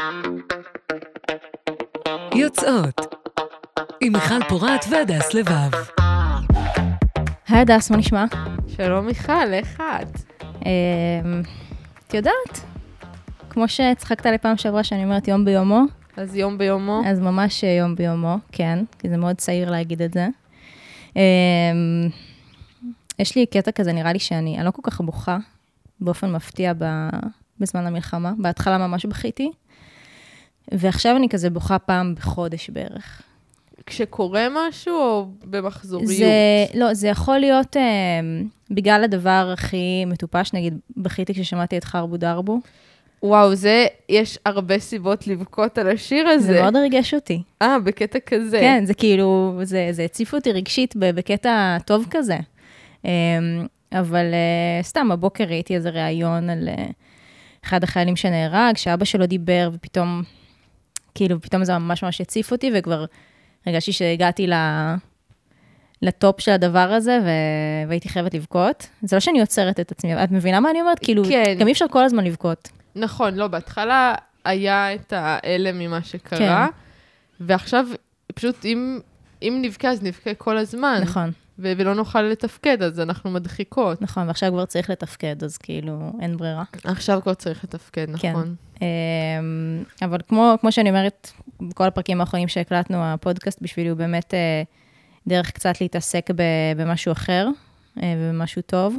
יוצאות עם מיכל פורת והדס לבב. היי הדס, מה נשמע? שלום מיכל, איך את? את יודעת, כמו שצחקת לי פעם שעברה שאני אומרת יום ביומו, אז יום ביומו? אז ממש יום ביומו, כן, כי זה מאוד צעיר להגיד את זה. יש לי קטע כזה, נראה לי שאני לא כל כך בוכה, באופן מפתיע בזמן המלחמה, בהתחלה ממש בכיתי, ועכשיו אני כזה בוכה פעם בחודש בערך. כשקורה משהו או במחזוריות? לא, זה יכול להיות בגלל הדבר הכי מטופש, נגיד בכיתי כששמעתי את חרבו דרבו. וואו, יש הרבה סיבות לבכות על השיר הזה. זה מאוד הרגש אותי. בקטע כזה. כן, זה כאילו, זה הציף אותי רגשית בקטע טוב כזה. אבל סתם, הבוקר ראיתי איזה ראיון על אחד החיילים שנהרג, שאבא שלו דיבר, ופתאום, כאילו, פתאום זה ממש ממש הציף אותי, וכבר הרגשתי שהגעתי לטופ של הדבר הזה, והייתי חייבת לבכות. זה לא שאני יוצרת את עצמי, את מבינה מה אני אומרת? כאילו, כן. גם אי אפשר כל הזמן לבכות. נכון, לא, בהתחלה היה את האלם ממה שקרה, ועכשיו, פשוט אם נבכה, אז נבכה כל הזמן. נכון. ולא נוכל לתפקד, אז אנחנו מדחיקות. נכון, ועכשיו כבר צריך לתפקד, אז כאילו, אין ברירה. עכשיו כבר צריך לתפקד, נכון. כן. אבל כמו שאני אומרת, בכל הפרקים האחרונים שהקלטנו, הפודקאסט בשבילי הוא באמת דרך קצת להתעסק במשהו אחר, ובמשהו טוב,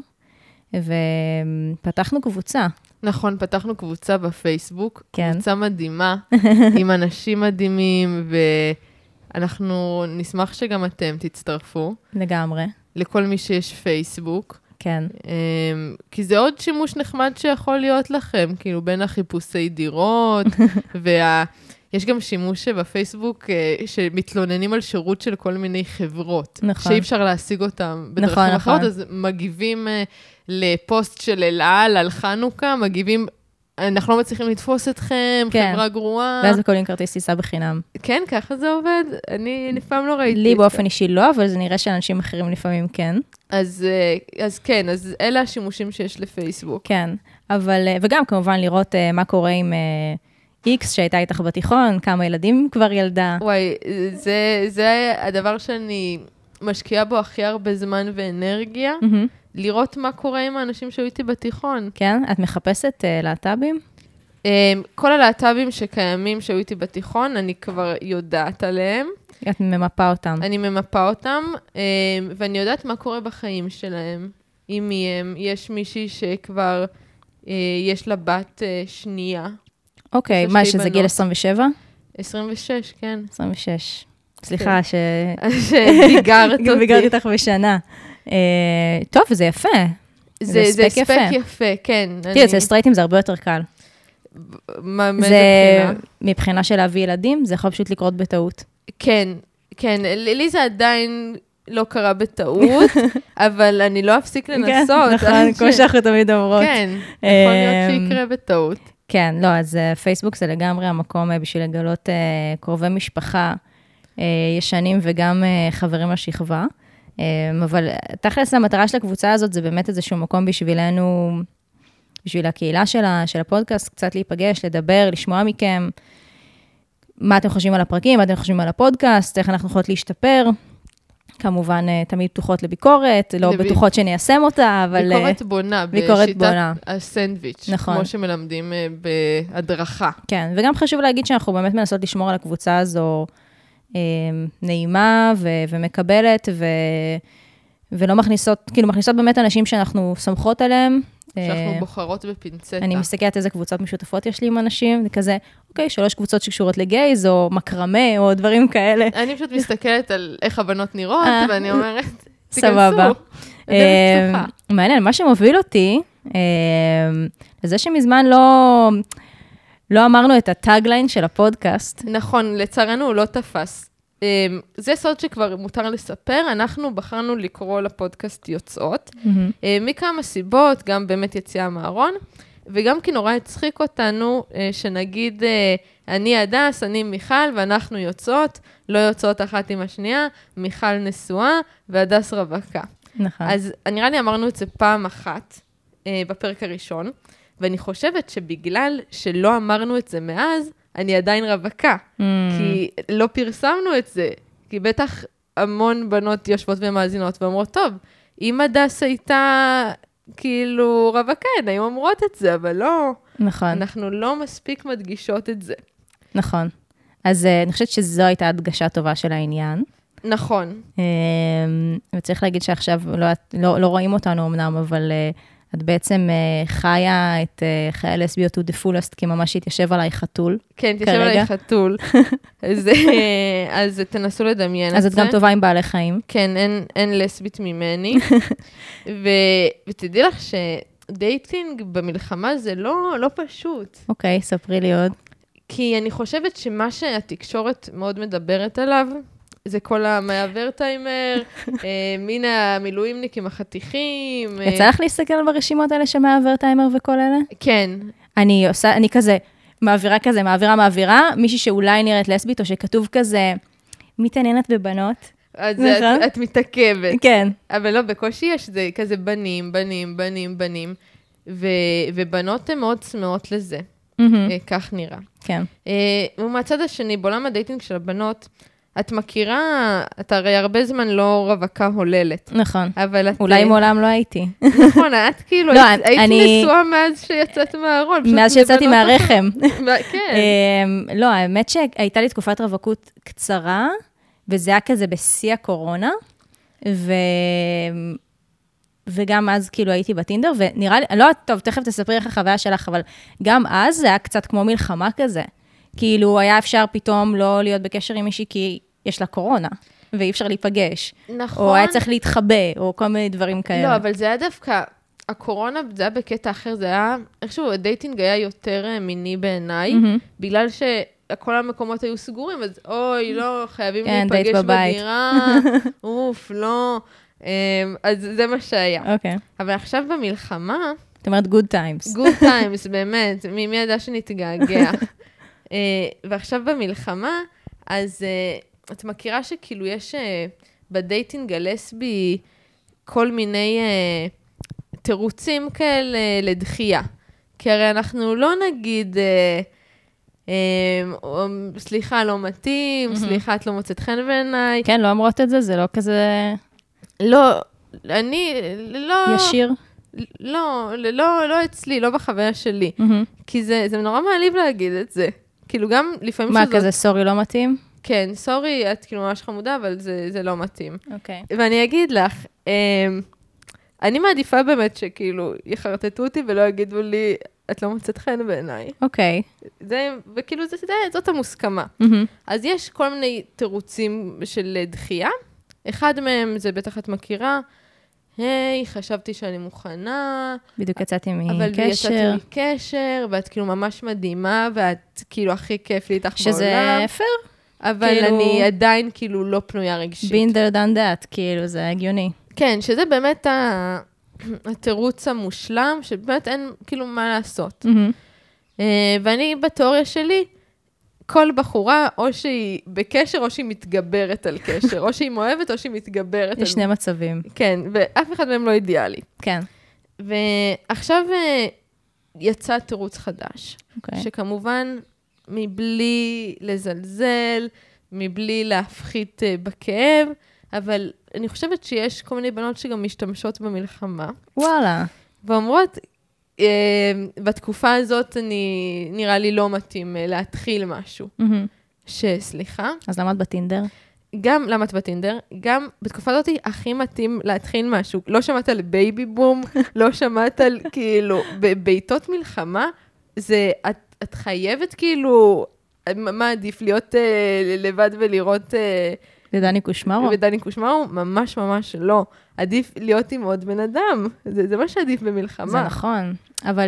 ופתחנו קבוצה. נכון, פתחנו קבוצה בפייסבוק, כן. קבוצה מדהימה, עם אנשים מדהימים, אנחנו נשמח שגם אתם תצטרפו. לגמרי. לכל מי שיש פייסבוק. כן. כי זה עוד שימוש נחמד שיכול להיות לכם, כאילו בין החיפושי דירות, יש גם שימוש בפייסבוק שמתלוננים על שירות של כל מיני חברות. נכון. שאי אפשר להשיג אותם בדרכים אחרות, אז מגיבים לפוסט של אלעל על חנוכה, מגיבים, אנחנו לא מצליחים לתפוס אתכם, כן. חברה גרועה. ואז מקבלים כרטיס טיסה בחינם. כן, ככה זה עובד. אני לפעמים לא ראיתי. לי באופן אישי לא, אבל זה נראה שאנשים אחרים לפעמים כן. אז כן, אז אלה השימושים שיש לפייסבוק. כן, אבל, וגם כמובן לראות מה קורה עם איקס שהייתה איתך בתיכון, כמה ילדים כבר ילדה. וואי, זה הדבר שאני משקיעה בו הכי הרבה זמן ואנרגיה. לראות מה קורה עם האנשים שהיו איתי בתיכון. כן? את מחפשת להט"בים? כל הלהט"בים שקיימים שהיו איתי בתיכון, אני כבר יודעת עליהם. את ממפה אותם. אני ממפה אותם, ואני יודעת מה קורה בחיים שלהם. אם יש מישהי שכבר יש לה בת שנייה. אוקיי, מה שזה גיל 27? 26, כן. 26. סליחה שביגרת אותי. ביגרתי אותך בשנה. טוב, זה יפה. זה ספק יפה, כן. תראי, אצל סטרייטים זה הרבה יותר קל. מאיזה בחינה? מבחינה של להביא ילדים, זה יכול פשוט לקרות בטעות. כן, כן. לי זה עדיין לא קרה בטעות, אבל אני לא אפסיק לנסות. נכון, כמו שאנחנו תמיד אומרות. כן, יכול להיות שיקרה בטעות. כן, לא, אז פייסבוק זה לגמרי המקום בשביל לגלות קרובי משפחה ישנים וגם חברים לשכבה. אבל תכלס המטרה של הקבוצה הזאת זה באמת איזשהו מקום בשבילנו, בשביל הקהילה של הפודקאסט, קצת להיפגש, לדבר, לשמוע מכם, מה אתם חושבים על הפרקים, מה אתם חושבים על הפודקאסט, איך אנחנו יכולות להשתפר. כמובן, תמיד פתוחות לביקורת, לא בטוחות שניישם אותה, אבל ביקורת בונה, בשיטת הסנדוויץ', נכון. כמו שמלמדים בהדרכה. כן, וגם חשוב להגיד שאנחנו באמת מנסות לשמור על הקבוצה הזו, נעימה ומקבלת, ולא מכניסות, כאילו מכניסות באמת אנשים שאנחנו סומכות עליהם. שאנחנו בוחרות בפינצטה. אני מסתכלת איזה קבוצות משותפות יש לי עם אנשים, זה כזה, אוקיי, 3 קבוצות שקשורות לגייז, או מקרמה, או דברים כאלה. אני פשוט מסתכלת על איך הבנות נראות, ואני אומרת, סבבה. תיכנסו. מעניין, מה שמוביל אותי, לזה שמזמן לא אמרנו את הטאגליין של הפודקאסט. נכון, לצערנו הוא לא תפס. זה סוד שכבר מותר לספר, אנחנו בחרנו לקרוא לפודקאסט יוצאות, מכמה סיבות, גם באמת יציאה מהארון, וגם כי נורא הצחיק אותנו, שנגיד, אני הדס, אני מיכל, ואנחנו יוצאות, לא יוצאות אחת עם השנייה, מיכל נשואה, והדס רווקה. נכון. אז נראה לי אמרנו את זה פעם אחת, בפרק הראשון, ואני חושבת שבגלל שלא אמרנו את זה מאז, אני עדיין רווקה, כי לא פרסמנו את זה, כי בטח המון בנות יושבות ומאזינות ואומרות, טוב, אם הדס הייתה כאילו רווקה, הן היו אומרות את זה, אבל לא. נכון. אנחנו לא מספיק מדגישות את זה. נכון. אז אני חושבת שזו הייתה הדגשה טובה של העניין. נכון. וצריך להגיד שעכשיו לא רואים אותנו אמנם, אבל את בעצם חיה את חיי הלסביות to the fullest, כי ממש התיישב עליי חתול. כן, התיישב עליי חתול. אז תנסו לדמיין את זה. אז את גם טובה עם בעלי חיים. כן, אין לסבית ממני. ותדעי לך שדייטינג במלחמה זה לא פשוט. אוקיי, ספרי לי עוד. כי אני חושבת שמה שהתקשורת מאוד מדברת עליו, זה כל המעבר טיימר, מן המילואימניקים החתיכים. יצא לך להסתכל ברשימות האלה שמעבר טיימר וכל אלה? כן. אני כזה, מעבירה, מישהי שאולי נראית לסבית, או שכתוב כזה, מתעניינת בבנות. אז את מתעכבת. כן. אבל לא, בקושי יש זה כזה בנים, ובנות הן מאוד צמאות לזה. כך נראה. כן. ומהצד השני, בעולם הדייטינג של הבנות, את מכירה, את הרי הרבה זמן לא רווקה הוללת. נכון. אבל את... אולי מעולם לא הייתי. נכון, את כאילו, היית נשואה מאז שיצאת מהארון. מאז שיצאתי מהרחם. כן. לא, האמת שהייתה לי תקופת רווקות קצרה, וזה היה כזה בשיא הקורונה, וגם אז כאילו הייתי בטינדר, ונראה לי, לא, טוב, תכף תספרי איך החוויה שלך, אבל גם אז זה היה קצת כמו מלחמה כזה. כאילו היה אפשר פתאום לא להיות בקשר עם מישהי, כי יש לה קורונה, ואי אפשר להיפגש. נכון. או היה צריך להתחבא, או כל מיני דברים כאלה. לא, אבל זה היה דווקא, הקורונה זה היה בקטע אחר, זה היה, איכשהו הדייטינג היה יותר מיני בעיניי, בגלל שכל המקומות היו סגורים, אז אוי, לא, חייבים להיפגש בדירה, אוף, לא. אז זה מה שהיה. אוקיי. אבל עכשיו במלחמה... זאת אומרת, good times. good times, באמת. מי ידע שנתגעגע. ועכשיו במלחמה, אז את מכירה שכאילו יש בדייטינג הלסבי כל מיני תירוצים כאלה לדחייה. כי הרי אנחנו לא נגיד, סליחה, לא מתאים, סליחה, את לא מוצאת חן בעיניי. כן, לא אמרות את זה, זה לא כזה... לא, אני, לא... ישיר? לא אצלי, לא בחוויה שלי. כי זה נורא מעליב להגיד את זה. כאילו גם לפעמים מה, כזה סורי לא מתאים? כן, סורי, את כאילו ממש חמודה, אבל זה לא מתאים. אוקיי. ואני אגיד לך, אני מעדיפה באמת שכאילו יחרטטו אותי ולא יגידו לי, את לא מוצאת חן בעיניי. אוקיי. וכאילו זאת המוסכמה. אז יש כל מיני תירוצים של דחייה. אחד מהם זה בטח את מכירה, היי, חשבתי שאני מוכנה. בדיוק יצאתי מקשר. אבל יצאתי מקשר, ואת כאילו ממש מדהימה, ואת כאילו הכי כיף לי איתך בעולם. שזה פייר. אבל כאילו... אני עדיין כאילו לא פנויה רגשית. been there done that, כאילו זה הגיוני. כן, שזה באמת התירוץ המושלם, שבאמת אין כאילו מה לעשות. ואני בתיאוריה שלי, כל בחורה, או שהיא בקשר, או שהיא מתגברת על קשר, או שהיא מאוהבת, או שהיא מתגברת על... יש שני מצבים. כן, ואף אחד מהם לא אידיאלי. כן. ועכשיו יצא תירוץ חדש, שכמובן, מבלי לזלזל, מבלי להפחית בכאב, אבל אני חושבת שיש כל מיני בנות שגם משתמשות במלחמה. וואלה. ואומרות, בתקופה הזאת נראה לי לא מתאים להתחיל משהו. שסליחה. אז למה את בטינדר? גם, למה את בטינדר? גם בתקופה הזאת הכי מתאים להתחיל משהו. לא שמעת על בייבי בום, לא שמעת על כאילו, בעיתות מלחמה, זה, את חייבת כאילו, מה עדיף להיות לבד ולראות... לדני קושמרו? ודני קושמרו, ממש ממש לא. עדיף להיות עם עוד בן אדם. זה מה שעדיף במלחמה. זה נכון, אבל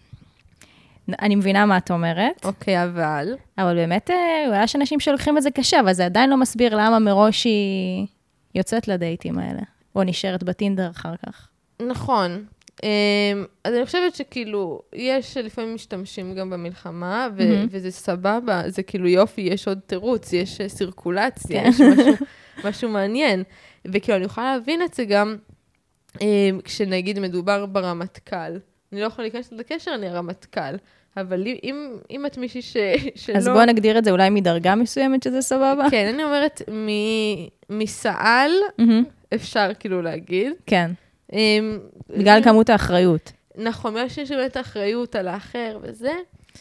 אני מבינה מה את אומרת. אוקיי, אבל באמת, יש אנשים שלוקחים את זה קשה, אבל זה עדיין לא מסביר למה מראש היא יוצאת לדייטים האלה, או נשארת בטינדר אחר כך. נכון. אז אני חושבת שכאילו, יש לפעמים משתמשים גם במלחמה, וזה סבבה, זה כאילו יופי, יש עוד תירוץ, יש סירקולציה, יש משהו מעניין. וכאילו, אני יכולה להבין את זה גם, כשנגיד מדובר ברמטכ"ל. אני לא יכולה להיכנס לקשר, אני הרמטכ"ל. אבל אם את מישהי שלא... אז בוא נגדיר את זה אולי מדרגה מסוימת שזה סבבה. כן, אני אומרת, מסעל אפשר כאילו להגיד. כן. בגלל כמות האחריות. נכון, בגלל שיש באמת אחריות על האחר וזה.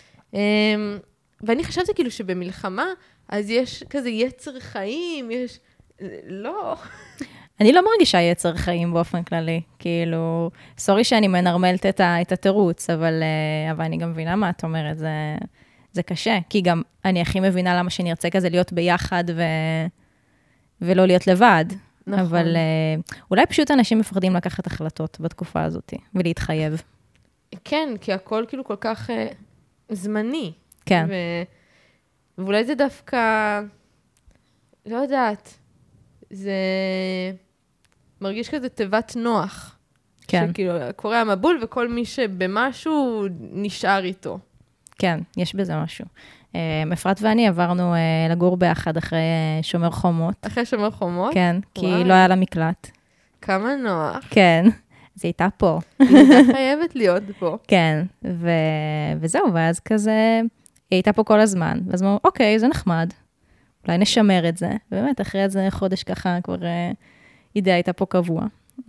ואני חשבתי כאילו שבמלחמה, אז יש כזה יצר חיים, יש... לא. אני לא מרגישה יצר חיים באופן כללי. כאילו, סורי שאני מנרמלת את התירוץ, אבל אני גם מבינה מה את אומרת, זה קשה. כי גם אני הכי מבינה למה שנרצה כזה להיות ביחד ולא להיות לבד. נכון. אבל אולי פשוט אנשים מפחדים לקחת החלטות בתקופה הזאת, ולהתחייב. כן, כי הכל כאילו כל כך זמני. כן. ואולי זה דווקא, לא יודעת, זה מרגיש כזה תיבת נוח. כן. שכאילו קורה המבול, וכל מי שבמשהו נשאר איתו. כן, יש בזה משהו. אפרת ואני עברנו לגור ביחד אחרי שומר חומות. אחרי שומר חומות? כן, כי לא היה לה מקלט. כמה נוח. כן, אז היא הייתה פה. היא הייתה חייבת להיות פה. כן, וזהו, ואז כזה, היא הייתה פה כל הזמן. ואז אמרו, אוקיי, זה נחמד. אולי נשמר את זה. באמת, אחרי איזה חודש ככה כבר אידאה הייתה פה קבוע.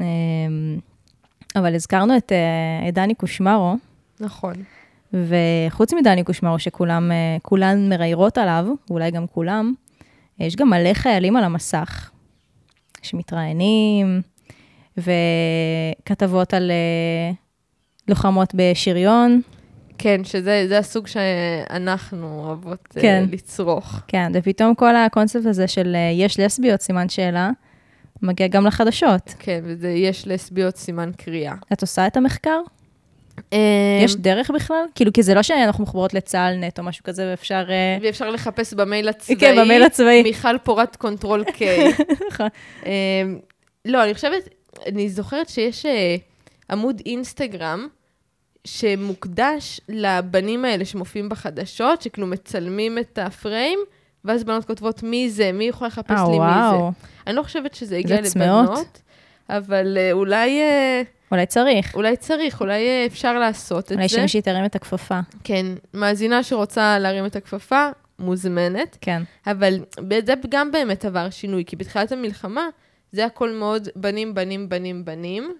אבל הזכרנו את דני קושמרו. נכון. וחוץ מדני קושמרו, שכולן מראיירות עליו, אולי גם כולם, יש גם מלא חיילים על המסך, שמתראיינים, וכתבות על לוחמות בשריון. כן, שזה הסוג שאנחנו אוהבות כן. לצרוך. כן, ופתאום כל הקונספט הזה של יש לסביות, סימן שאלה, מגיע גם לחדשות. כן, וזה יש לסביות, סימן קריאה. את עושה את המחקר? יש דרך בכלל? כאילו, כי זה לא שאנחנו מחוברות לצהל נט או משהו כזה, ואפשר לחפש במייל הצבאי. כן, במייל הצבאי. מיכל פורת קונטרול K. נכון. לא, אני זוכרת שיש עמוד אינסטגרם, שמוקדש לבנים האלה שמופיעים בחדשות, שכאילו מצלמים את הפריים, ואז בנות כותבות מי זה, מי יכול לחפש לי מי זה. אני לא חושבת שזה הגיע לבנות, אבל אולי צריך, אולי אפשר לעשות את זה. אולי שמישהי תרים את הכפפה. כן, מאזינה שרוצה להרים את הכפפה, מוזמנת. כן. אבל זה גם באמת עבר שינוי, כי בתחילת המלחמה, זה הכל מאוד בנים, בנים, בנים, בנים,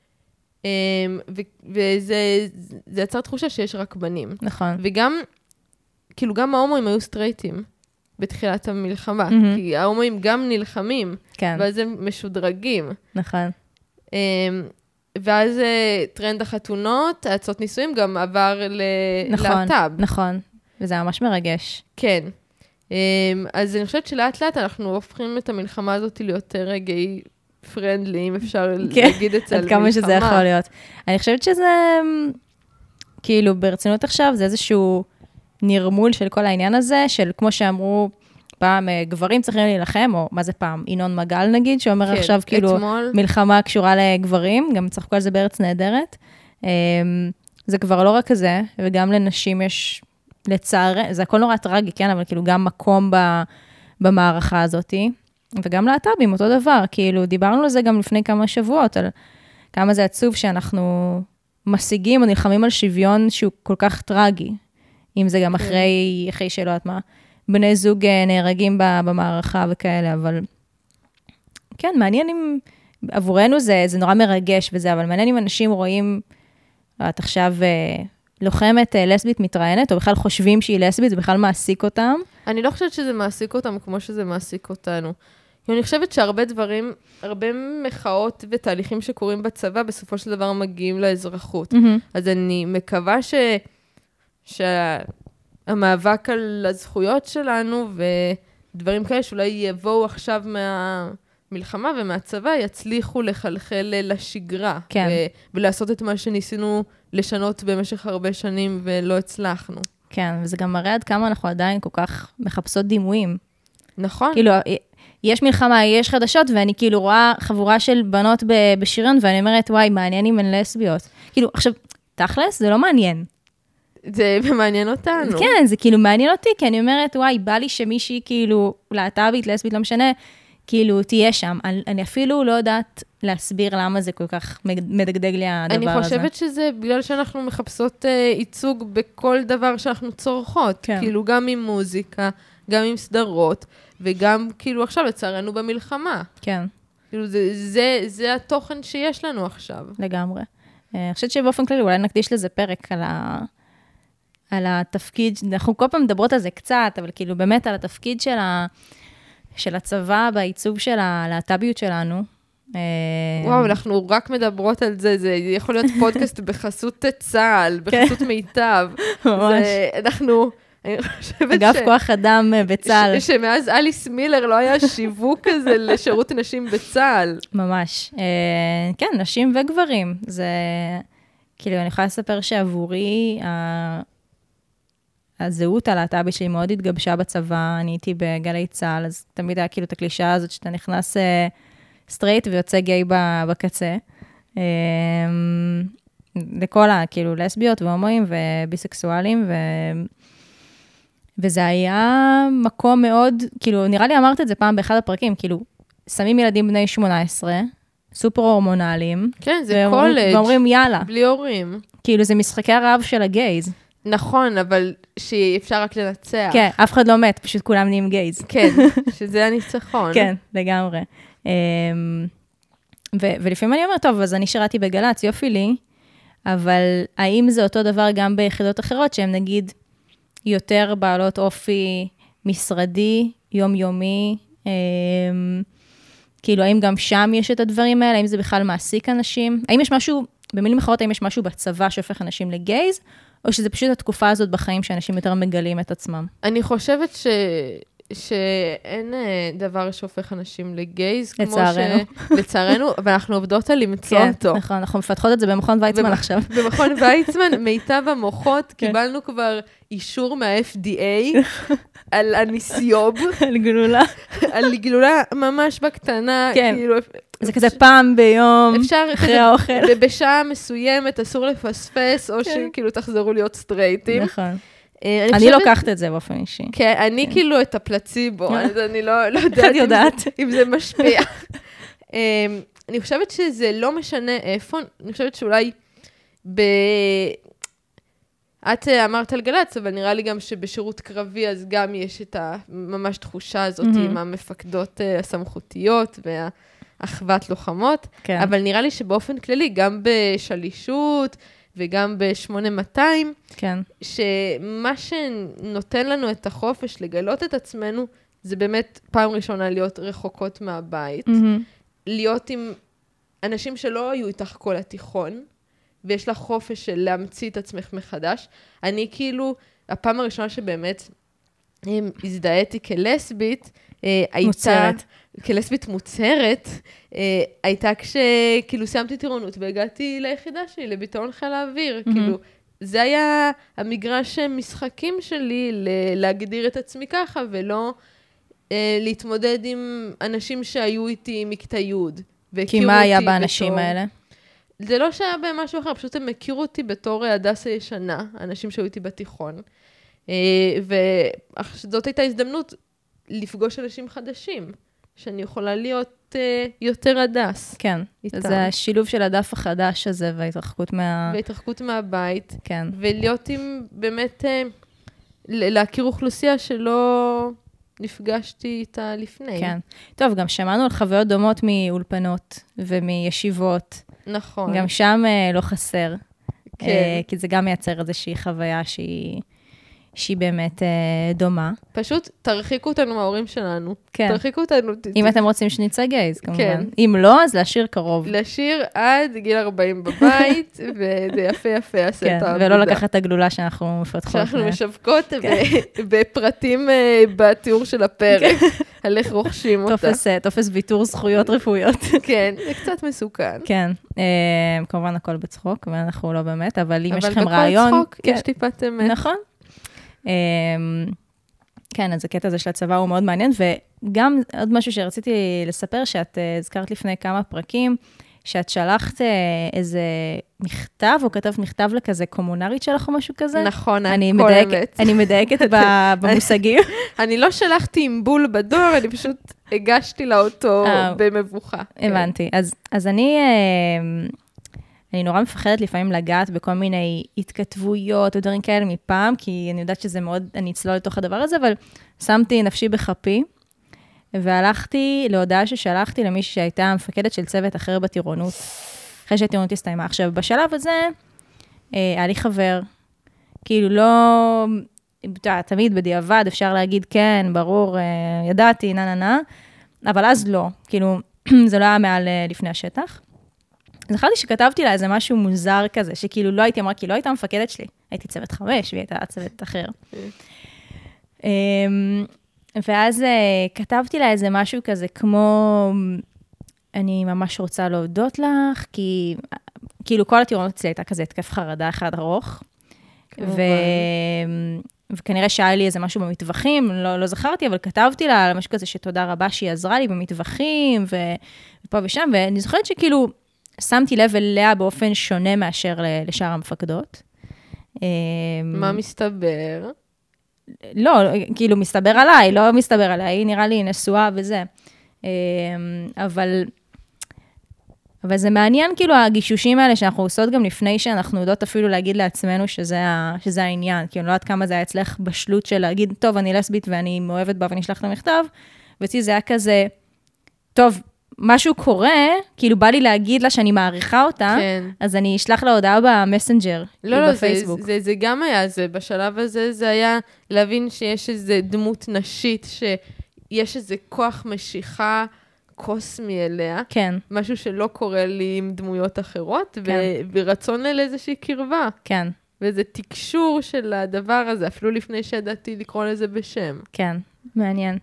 וזה יצר תחושה שיש רק בנים. נכון. וגם, כאילו גם ההומואים היו סטרייטים בתחילת המלחמה, כי ההומואים גם נלחמים, ואז הם משודרגים. נכון. ואז טרנד החתונות, העצות נישואים גם עבר ללהט"ב. נכון, וזה ממש מרגש. כן. אז אני חושבת שלאט לאט אנחנו הופכים את המלחמה הזאת ליותר גיי פרנדלי, אם אפשר להגיד את זה על מלחמה. עד כמה שזה יכול להיות. אני חושבת שזה, כאילו, ברצינות עכשיו, זה איזשהו נרמול של כל העניין הזה, של כמו שאמרו, פעם גברים צריכים להילחם, או מה זה פעם, ינון מגל נגיד, שאומר עכשיו כאילו מלחמה קשורה לגברים, גם צחקו על זה בארץ נהדרת. זה כבר לא רק כזה, וגם לנשים יש, לצער, זה הכל נורא טרגי, כן, אבל כאילו גם מקום במערכה הזאת, וגם להט"בים, אותו דבר, כאילו דיברנו על זה גם לפני כמה שבועות, על כמה זה עצוב שאנחנו משיגים או נלחמים על שוויון שהוא כל כך טרגי, אם זה גם אחרי שלא יודעת מה, בני זוג נהרגים במערכה וכאלה, אבל כן, מעניין אם, עבורנו זה נורא מרגש וזה, אבל מעניין אם אנשים רואים, את עכשיו לוחמת לסבית מתראיינת, או בכלל חושבים שהיא לסבית, זה בכלל מעסיק אותם. אני לא חושבת שזה מעסיק אותם כמו שזה מעסיק אותנו. אני חושבת שהרבה דברים, הרבה מחאות ותהליכים שקורים בצבא, בסופו של דבר מגיעים לאזרחות. אז אני מקווה שהמאבק על הזכויות שלנו ודברים כאלה שאולי יבואו עכשיו מהמלחמה ומהצבא, יצליחו לחלחל לשגרה. כן. ולעשות את מה שניסינו לשנות במשך הרבה שנים ולא הצלחנו. כן, וזה גם מראה עד כמה אנחנו עדיין כל כך מחפשות דימויים. נכון. כאילו, יש מלחמה, יש חדשות, ואני כאילו רואה חבורה של בנות בשריון, ואני אומרת, וואי, מעניין אם הן לסביות. כאילו, עכשיו, תכלס, זה לא מעניין. זה מעניין אותנו. כן, זה כאילו מעניין אותי, כי אני אומרת, וואי, בא לי שמישהי כאילו, להט"בית, לסבית, לא משנה, כאילו, תהיה שם. אני אפילו לא יודעת להסביר למה זה כל כך מדגדג לי הדבר הזה. אני חושבת שזה בגלל שאנחנו מחפשות ייצוג בכל דבר שאנחנו צורכות. כן. כאילו, גם עם מוזיקה, גם עם סדרות, וגם, כאילו, עכשיו, לצערנו במלחמה. כן. כאילו, זה התוכן שיש לנו עכשיו. לגמרי. אני חושבת שבאופן כללי, אולי נקדיש לזה פרק על התפקיד, אנחנו כל פעם מדברות על זה קצת, אבל כאילו באמת על התפקיד של הצבא בעיצוב של הלהט"ביות שלנו. וואו, אנחנו רק מדברות על זה, זה יכול להיות פודקאסט בחסות צה"ל, בחסות מיטב. ממש. אני חושבת אגף כוח אדם בצה"ל. שמאז אליס מילר לא היה שיווק כזה לשירות נשים בצה"ל. ממש. כן, נשים וגברים. זה, כאילו, אני יכולה לספר שעבורי, הזהות הלהט"בית שלי מאוד התגבשה בצבא, אני הייתי בגלי צה"ל, אז תמיד היה כאילו את הקלישה הזאת שאתה נכנס סטרייט ויוצא גיי בקצה. לכל כאילו לסביות והומואים וביסקסואלים, וזה היה מקום מאוד, כאילו, נראה לי אמרת את זה פעם באחד הפרקים, כאילו, שמים ילדים בני 18, סופר הורמונליים. כן, זה קולג'. ואומרים, יאללה. בלי הורים. כאילו, זה משחקי הרעב של הגייז. נכון, אבל שאפשר רק לנצח. כן, אף אחד לא מת, פשוט כולם נהיים גייז. כן, שזה הניצחון. כן, לגמרי. ולפעמים אני אומרת, טוב, אז אני שירתי בגל"צ, יופי לי, אבל האם זה אותו דבר גם ביחידות אחרות, שהן נגיד יותר בעלות אופי משרדי, יומיומי, כאילו, האם גם שם יש את הדברים האלה, האם זה בכלל מעסיק אנשים? האם יש משהו, במילים אחרות, האם יש משהו בצבא שהופך אנשים לגייז, או שזה פשוט התקופה הזאת בחיים שאנשים יותר מגלים את עצמם? אני חושבת שאין דבר שהופך אנשים לגייז, לצערנו. לצערנו, ואנחנו עובדות על למצוא אותו. כן, נכון, אנחנו מפתחות את זה במכון ויצמן עכשיו. במכון ויצמן, מיטב המוחות, קיבלנו כבר אישור מה-FDA על הניסיוב. על גלולה. על גלולה ממש בקטנה. כן. כאילו, זה כזה פעם ביום, אפשר אחרי האוכל. ובשעה מסוימת אסור לפספס, או שכאילו תחזרו להיות סטרייטים. נכון. אני לוקחת את זה באופן אישי. כן, אני כאילו את הפלציבו, אז אני לא יודעת אם זה משפיע. אני חושבת שזה לא משנה איפה, אני חושבת שאולי את אמרת על גל"צ, אבל נראה לי גם שבשירות קרבי, אז גם יש את ממש תחושה הזאת עם המפקדות הסמכותיות והאחוות לוחמות, אבל נראה לי שבאופן כללי, גם בשלישות וגם ב-8200, כן. שמה שנותן לנו את החופש לגלות את עצמנו, זה באמת פעם ראשונה להיות רחוקות מהבית, להיות עם אנשים שלא היו איתך כל התיכון, ויש לך חופש של להמציא את עצמך מחדש. אני כאילו, הפעם הראשונה שבאמת הזדהיתי כלסבית, הייתה, כלסבית מוצרת, הייתה כשכאילו סיימתי טירונות, והגעתי ליחידה שלי, לביטאון חיל האוויר, כאילו, זה היה המגרש משחקים שלי, להגדיר את עצמי ככה, ולא להתמודד עם אנשים שהיו איתי מקטע יוד. כי מה היה באנשים האלה? זה לא שהיה בהם משהו אחר, פשוט הם הכירו אותי בתור הדסה ישנה, אנשים שהיו איתי בתיכון. וזאת הייתה הזדמנות לפגוש אנשים חדשים, שאני יכולה להיות יותר הדס. כן, זה השילוב של הדף החדש הזה וההתרחקות וההתרחקות מהבית. כן. ולהיות עם באמת, להכיר אוכלוסייה שלא נפגשתי איתה לפני. כן. טוב, גם שמענו על חוויות דומות מאולפנות ומישיבות. נכון. גם שם לא חסר. כן. כי זה גם מייצר איזושהי חוויה שהיא באמת דומה. פשוט תרחיקו אותנו מההורים שלנו. כן. תרחיקו אותנו. אם אתם רוצים שנצא גייז, כמובן. כן. אם לא, אז להשאיר קרוב. להשאיר עד גיל 40 בבית, וזה יפה יפה יעשה כן, את העבודה. ולא לקחת את הגלולה שאנחנו מפתחות. שאנחנו משווקות בפרטים בתיאור של הפרק, על איך רוכשים אותה. טופס ויתור זכויות רפואיות. כן, זה קצת מסוכן. כן, כמובן הכל בצחוק, ואנחנו לא באמת, אבל אם יש לכם אבל רעיון... בכל צחוק יש טיפת אמת. נכון. כן, אז הקטע הזה של הצבא הוא מאוד מעניין, וגם עוד משהו שרציתי לספר, שאת הזכרת לפני כמה פרקים, שאת שלחת איזה מכתב, או כתבת מכתב לכזה קומונרית שלך או משהו כזה. נכון, הכל אמת. אני מדייקת במושגים. אני לא שלחתי עם בול בדואר, אני פשוט הגשתי לה אותו במבוכה. הבנתי. אז אני נורא מפחדת לפעמים לגעת בכל מיני התכתבויות או דברים כאלה מפעם, כי אני יודעת שזה מאוד, אני אצלול לתוך הדבר הזה, אבל שמתי נפשי בחפי, והלכתי להודעה ששלחתי למישהי שהייתה מפקדת של צוות אחר בטירונות, אחרי שהטירונות הסתיימה. עכשיו, בשלב הזה, היה לי חבר, כאילו לא, תמיד בדיעבד אפשר להגיד כן, ברור, ידעתי, נה, אבל אז לא, כאילו, זה לא היה מעל לפני השטח. אז אחרתי שכתבתי לה איזה משהו מוזר כזה, שכאילו לא הייתי אמרה, כי לא הייתה מפקדת שלי, הייתי צוות 5, והיא הייתה צוות אחר. ואז כתבתי לה איזה משהו כזה, כמו, אני ממש רוצה להודות לך, כי כאילו כל הטירונות אצלי הייתה כזה התקף חרדה אחד ארוך, וכנראה שהיה לי איזה משהו במטווחים, לא זכרתי, אבל כתבתי לה משהו כזה שתודה רבה שהיא עזרה לי במטווחים, ופה ושם, ואני זוכרת שכאילו שמתי לב אליה באופן שונה מאשר לשאר המפקדות. מה מסתבר? לא, כאילו מסתבר עליי, לא מסתבר עליי, היא נראה לי נשואה וזה. אבל זה מעניין כאילו הגישושים האלה שאנחנו עושות גם לפני שאנחנו יודעות אפילו להגיד לעצמנו שזה העניין, כאילו לא יודעת כמה זה היה אצלך בשלות של להגיד, טוב, אני לסבית ואני מאוהבת בה ונשלח את המכתב, ואצלי זה היה כזה, טוב, משהו קורה, כאילו בא לי להגיד לה שאני מעריכה אותה, כן. אז אני אשלח לה הודעה במסנג'ר, לא, בפייסבוק. זה גם היה, בשלב הזה זה היה להבין שיש איזו דמות נשית, שיש איזה כוח משיכה קוסמי אליה, כן. משהו שלא קורה לי עם דמויות אחרות, כן. ורצון לאיזושהי קרבה. כן. וזה תקשור של הדבר הזה, אפילו לפני שידעתי לקרוא לזה בשם. כן, מעניין.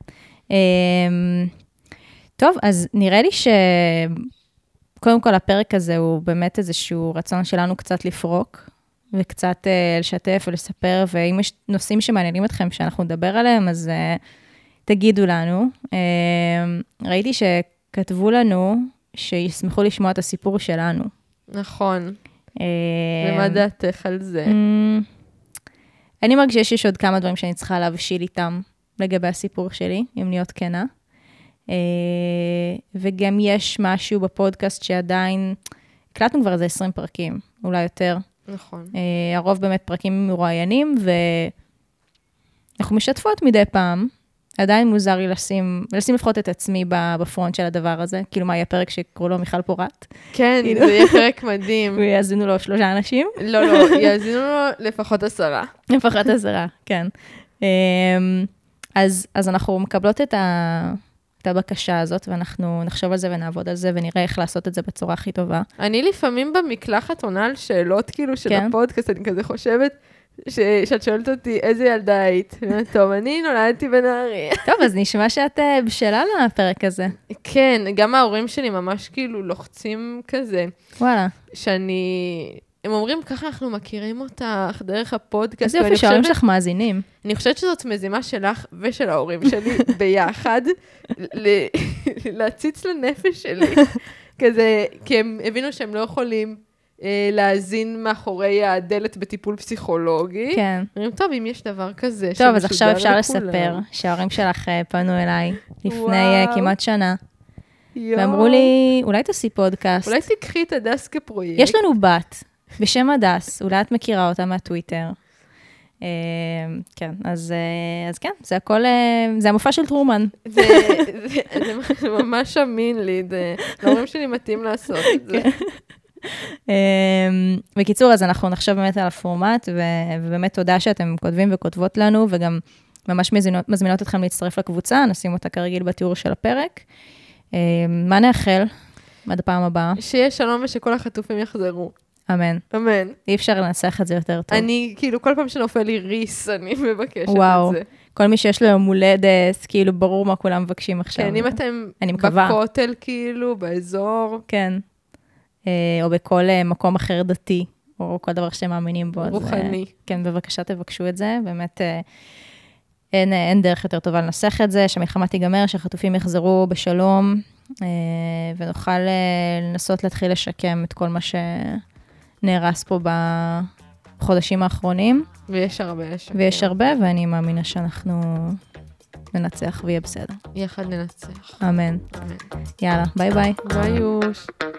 טוב, אז נראה לי שקודם כל הפרק הזה הוא באמת איזשהו רצון שלנו קצת לפרוק, וקצת לשתף ולספר, ואם יש נושאים שמעניינים אתכם שאנחנו נדבר עליהם, אז תגידו לנו. ראיתי שכתבו לנו שישמחו לשמוע את הסיפור שלנו. נכון. ומה דעתך על זה? אני מרגישה שיש עוד כמה דברים שאני צריכה להבשיל איתם לגבי הסיפור שלי, אם להיות כנה. וגם יש משהו בפודקאסט שעדיין, הקלטנו כבר איזה 20 פרקים, אולי יותר. נכון. הרוב באמת פרקים מרואיינים, ואנחנו משתפות מדי פעם. עדיין מוזר לי לשים לפחות את עצמי בפרונט של הדבר הזה, כאילו מה יהיה פרק שקראו לו מיכל פורט. כן, זה יהיה פרק מדהים. ויאזינו לו 3 אנשים. לא, יאזינו לו לפחות 10. לפחות 10, כן. אז אנחנו מקבלות את הבקשה הזאת, ואנחנו נחשוב על זה ונעבוד על זה, ונראה איך לעשות את זה בצורה הכי טובה. אני לפעמים במקלחת עונה על שאלות כאילו של הפודקאסט, אני כזה חושבת שאת שואלת אותי איזה ילדה היית. טוב, אני נולדתי בנהריה. טוב, אז נשמע שאת בשלה לפרק הזה. כן, גם ההורים שלי ממש כאילו לוחצים כזה. וואלה. הם אומרים, ככה אנחנו מכירים אותך דרך הפודקאסט. אז יופי שההורים שלך מאזינים. אני חושבת שזאת מזימה שלך ושל ההורים שלי ביחד, להציץ לנפש שלי. כזה, כי הם הבינו שהם לא יכולים להאזין מאחורי הדלת בטיפול פסיכולוגי. כן. אומרים, טוב, אם יש דבר כזה, טוב, אז עכשיו אפשר לספר שההורים שלך פנו אליי לפני כמעט שנה. ואמרו לי, אולי תעשי פודקאסט. אולי תיקחי את הדס כפרויקט. יש לנו בת בשם הדס, אולי את מכירה אותה מהטוויטר. כן, אז כן, זה הכל, זה המופע של טרומן. זה ממש אמין לי, להורים שלי מתאים לעשות את זה. בקיצור, אז אנחנו נחשוב באמת על הפורמט, ובאמת תודה שאתם כותבים וכותבות לנו, וגם ממש מזמינות אתכם להצטרף לקבוצה, נשים אותה כרגיל בתיאור של הפרק. מה נאחל עד הפעם הבאה? שיהיה שלום ושכל החטופים יחזרו. אמן. אמן. אי אפשר לנסח את זה יותר טוב. אני, כאילו, כל פעם שנופל לי ריס, אני מבקשת וואו, את זה. כל מי שיש לו יום הולדת, כאילו, ברור מה כולם מבקשים עכשיו. כן, אם אתם בכותל, כאילו, באזור. כן. או בכל מקום אחר דתי, או כל דבר שאתם מאמינים בו. רוחני. כן, בבקשה תבקשו את זה. באמת, אין דרך יותר טובה לנסח את זה, שהמלחמה תיגמר, שהחטופים יחזרו בשלום, ונוכל לנסות להתחיל לשקם את כל מה שנהרס פה בחודשים האחרונים. ויש הרבה לשקם. ויש הרבה, ואני מאמינה שאנחנו ננצח ויהיה בסדר. יחד ננצח. אמן. אמן. יאללה, ביי ביי. ביי יוש.